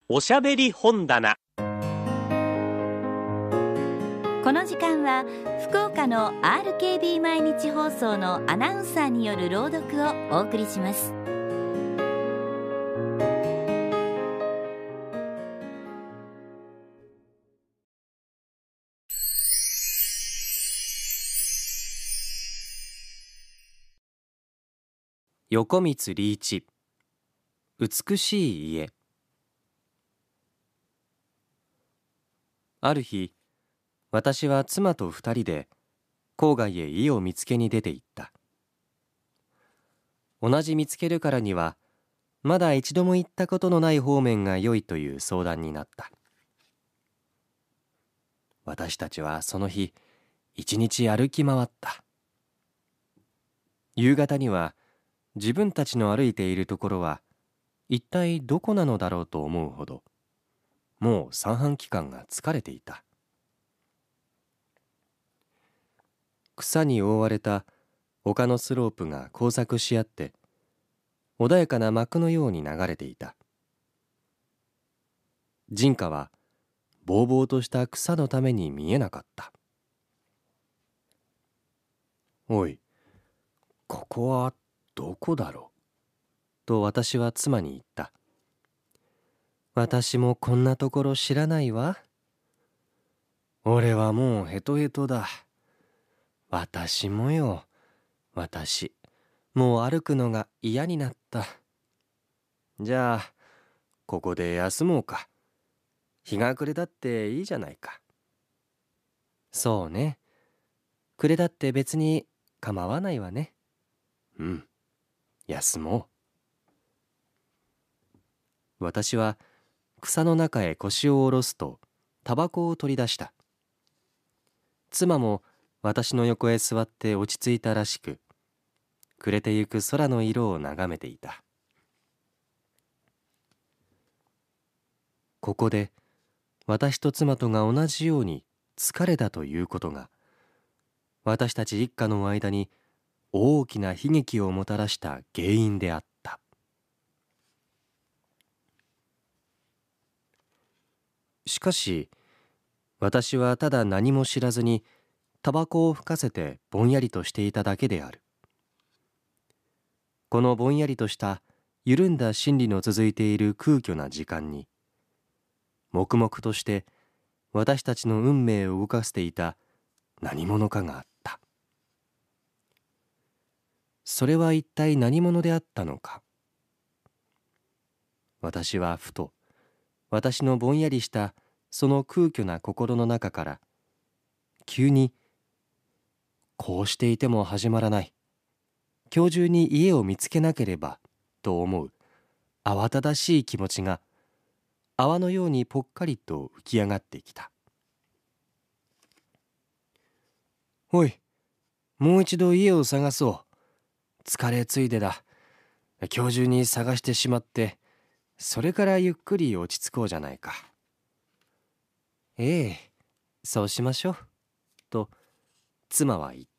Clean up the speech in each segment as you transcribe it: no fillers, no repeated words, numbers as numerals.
おしゃべり本棚。 この時間は福岡の RKB 毎日放送のアナウンサーによる朗読をお送りします。 横光利一、美しい家。ある日、私は妻と二人で郊外へ家を見つけに出て行った。同じ見つけるからには、まだ一度も行ったことのない方面が良いという相談になった。私たちはその日、一日歩き回った。夕方には、自分たちの歩いているところは一体どこなのだろうと思うほど、もう三半規管が疲れていた。草に覆われた丘のスロープが交錯し合って穏やかな幕のように流れていた。人家はぼうぼうとした草のために見えなかった。おい、ここはどこだろうと私は妻に言った。私もこんなところ知らないわ。俺はもうヘトヘトだ。私もよ。私、もう歩くのが嫌になった。じゃあ、ここで休もうか。日が暮れたっていいじゃないか。そうね。暮れだって別に構わないわね。うん、休もう。私は草の中へ腰を下ろすとタバコを取り出した。妻も私の横へ座って落ち着いたらしく、暮れてゆく空の色を眺めていた。ここで私と妻とが同じように疲れたということが、私たち一家の間に大きな悲劇をもたらした原因であった。しかし、私はただ何も知らずにタバコをふかせてぼんやりとしていただけである。このぼんやりとした緩んだ心理の続いている空虚な時間に、黙々として私たちの運命を動かしていた何者かがあった。それは一体何者であったのか。私はふと私のぼんやりしたその空虚な心の中から急に、こうしていても始まらない、今日中に家を見つけなければと思う慌ただしい気持ちが泡のようにぽっかりと浮き上がってきた。おい、もう一度家を探そう。疲れついでだ。今日中に探してしまって、それからゆっくり落ち着こうじゃないか。ええ、そうしましょう。と妻は言った。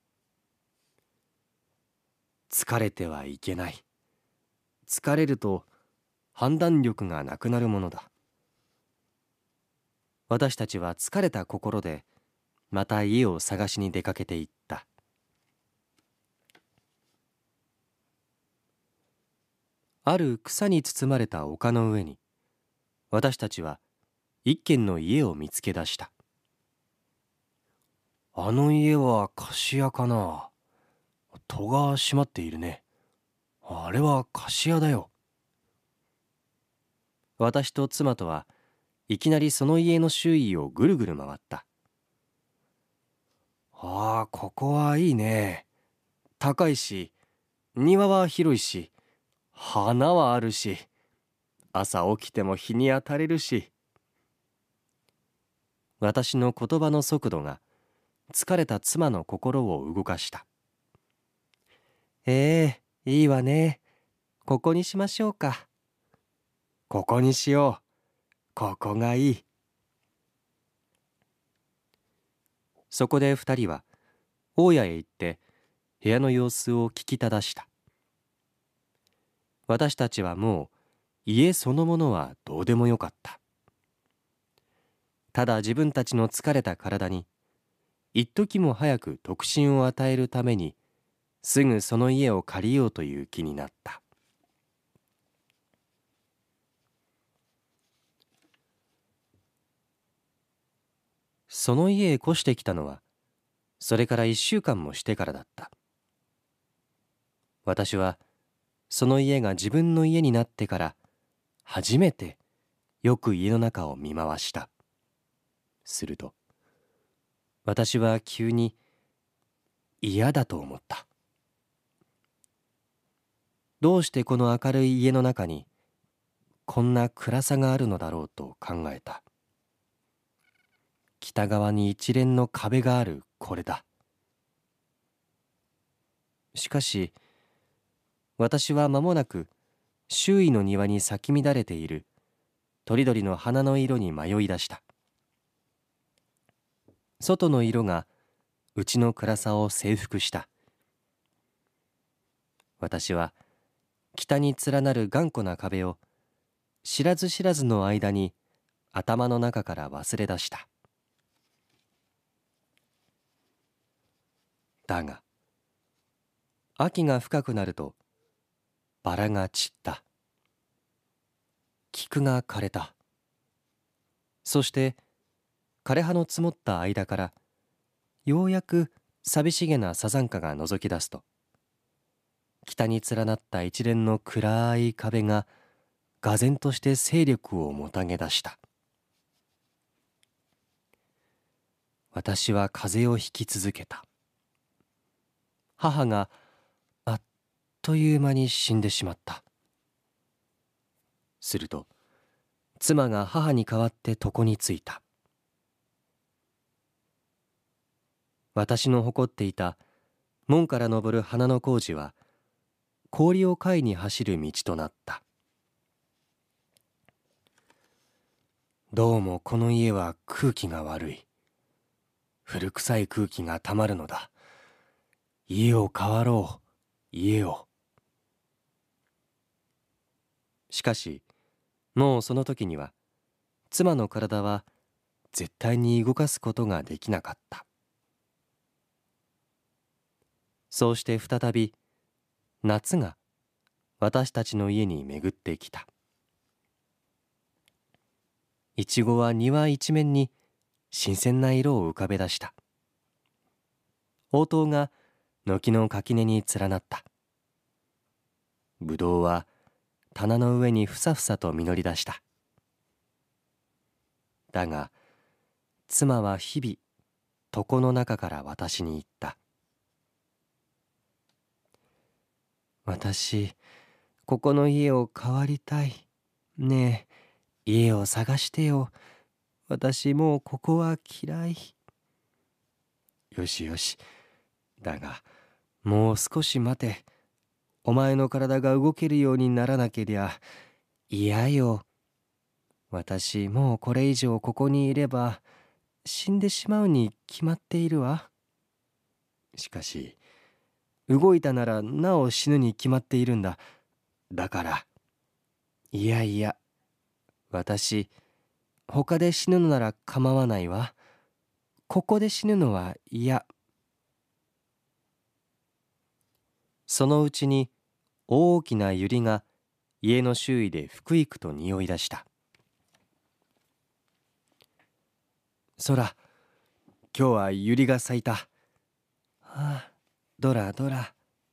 疲れてはいけない。疲れると判断力がなくなるものだ。私たちは疲れた心でまた家を探しに出かけていった。ある草に包まれた丘の上に、私たちは一軒の家を見つけ出した。あの家は貸し屋かな。戸が閉まっているね。あれは貸し屋だよ。私と妻とはいきなりその家の周囲をぐるぐる回った。ああ、ここはいいね。高いし、庭は広いし、花はあるし、朝起きても日に当たれるし。私の言葉の速度が疲れた妻の心を動かした。いいわね。ここにしましょうか。ここにしよう。ここがいい。そこで二人は大家へ行って部屋の様子を聞きただした。私たちはもう家そのものはどうでもよかった。ただ自分たちの疲れた体に一時も早く特進を与えるために、すぐその家を借りようという気になった。その家へ越してきたのは、それから1週間もしてからだった。私はその家が自分の家になってから初めてよく家の中を見回した。すると私は急に嫌だと思った。どうしてこの明るい家の中にこんな暗さがあるのだろうと考えた。北側に一連の壁があるこれだ。しかし私は間もなく周囲の庭に咲き乱れているとりどりの花の色に迷い出した。外の色がうちの暗さを征服した。私は北に連なる頑固な壁を知らず知らずの間に頭の中から忘れ出した。だが秋が深くなるとバラが散った。菊が枯れた。そして枯葉の積もった間からようやく寂しげなサザンカが覗き出すと、北に連なった一連の暗い壁ががぜんとして勢力をもたげ出した。私は風邪をひき続けた。母があっという間に死んでしまった。すると妻が母に代わって床についた。私の誇っていた門から昇る花の工事は氷を買いに走る道となった。どうもこの家は空気が悪い。古臭い空気がたまるのだ。家を変わろう、家を。しかしもうその時には妻の体は絶対に動かすことができなかった。そうして再び夏が私たちの家に巡ってきた。いちごは庭一面に新鮮な色を浮かべ出した。応答が軒の垣根に連なった。ぶどうは棚の上にふさふさと実り出した。だが妻は日々床の中から私に言った。私、ここの家を変わりたい。ねえ、家を探してよ。私もうここは嫌い。よしよし。だが、もう少し待て。お前の体が動けるようにならなけりゃ。嫌よ。私、もうこれ以上ここにいれば、死んでしまうに決まっているわ。しかし、動いたならなお死ぬに決まっているんだ。だから、いやいや、私、他で死ぬのなら構わないわ。ここで死ぬのは嫌。そのうちに大きな百合が家の周囲でふくいくと匂い出した。空、今日は百合が咲いた。はあ、どらどら。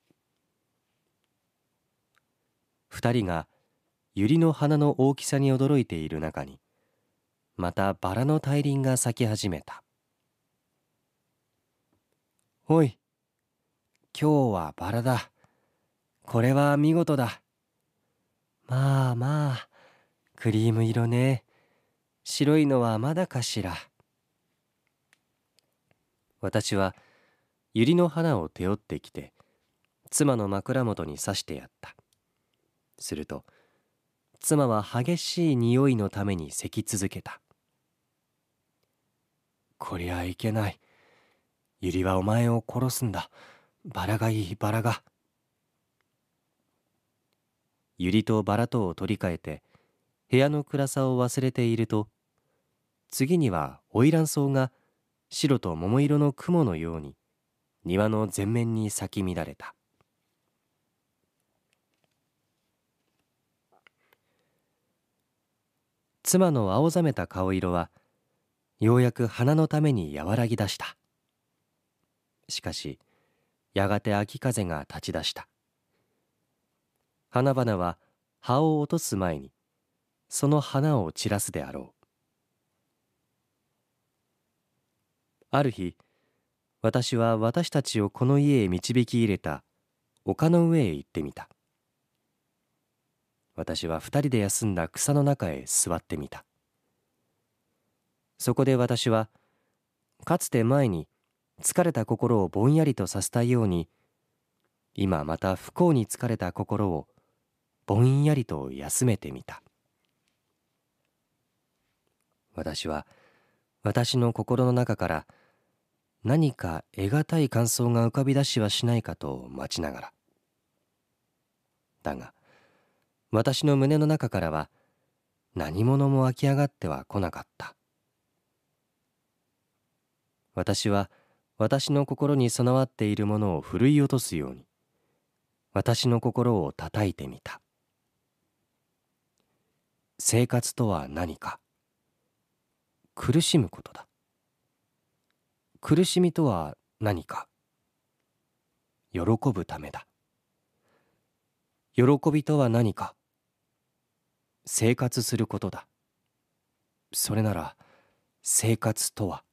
二人が百合の花の大きさに驚いている中に、またバラの大輪が咲き始めた。おい、今日はバラだ。これは見事だ。まあまあ、クリーム色ね。白いのはまだかしら。私は百合の花を手負ってきて、妻の枕元に刺してやった。すると、妻は激しい匂いのために咳き続けた。こりゃいけない。百合はお前を殺すんだ。バラがいい、バラが。百合とバラとを取り替えて、 部屋の暗さを忘れていると、次には花魁草が白と桃色の雲のように庭の前面に咲き乱れた。妻の青ざめた顔色はようやく花のために和らぎ出した。しかしやがて秋風が立ち出した。花々は葉を落とす前にその花を散らすであろう。ある日、私は私たちをこの家へ導き入れた丘の上へ行ってみた。私は二人で休んだ草の中へ座ってみた。そこで私は、かつて前に疲れた心をぼんやりとさせたように、今また不幸に疲れた心をぼんやりと休めてみた。私は私の心の中から何か得難い感想が浮かび出しはしないかと待ちながら。だが私の胸の中からは何者も湧き上がっては来なかった。私は私の心に備わっているものをふるい落とすように私の心を叩いてみた。生活とは何か。苦しむことだ。苦しみとは何か。喜ぶためだ。喜びとは何か。生活することだ。それなら生活とは。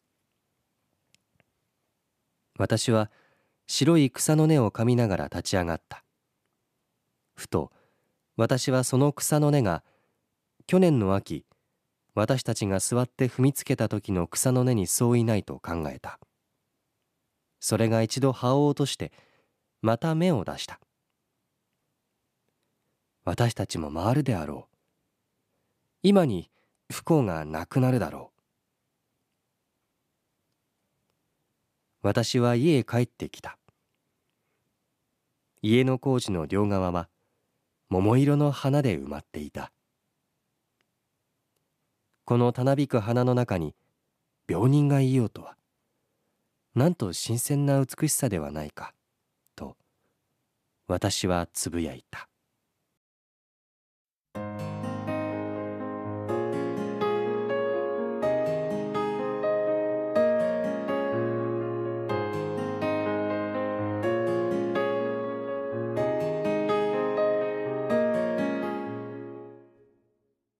私は白い草の根を噛みながら立ち上がった。ふと私はその草の根が去年の秋、私たちが座って踏みつけた時の草の根に相違ないと考えた。それが一度葉を落としてまた芽を出した。私たちも回るであろう。今に不幸がなくなるだろう。私は家へ帰ってきた。家の工事の両側は桃色の花で埋まっていた。このたなびく花の中に病人がいようとは、なんと新鮮な美しさではないかと私はつぶやいた。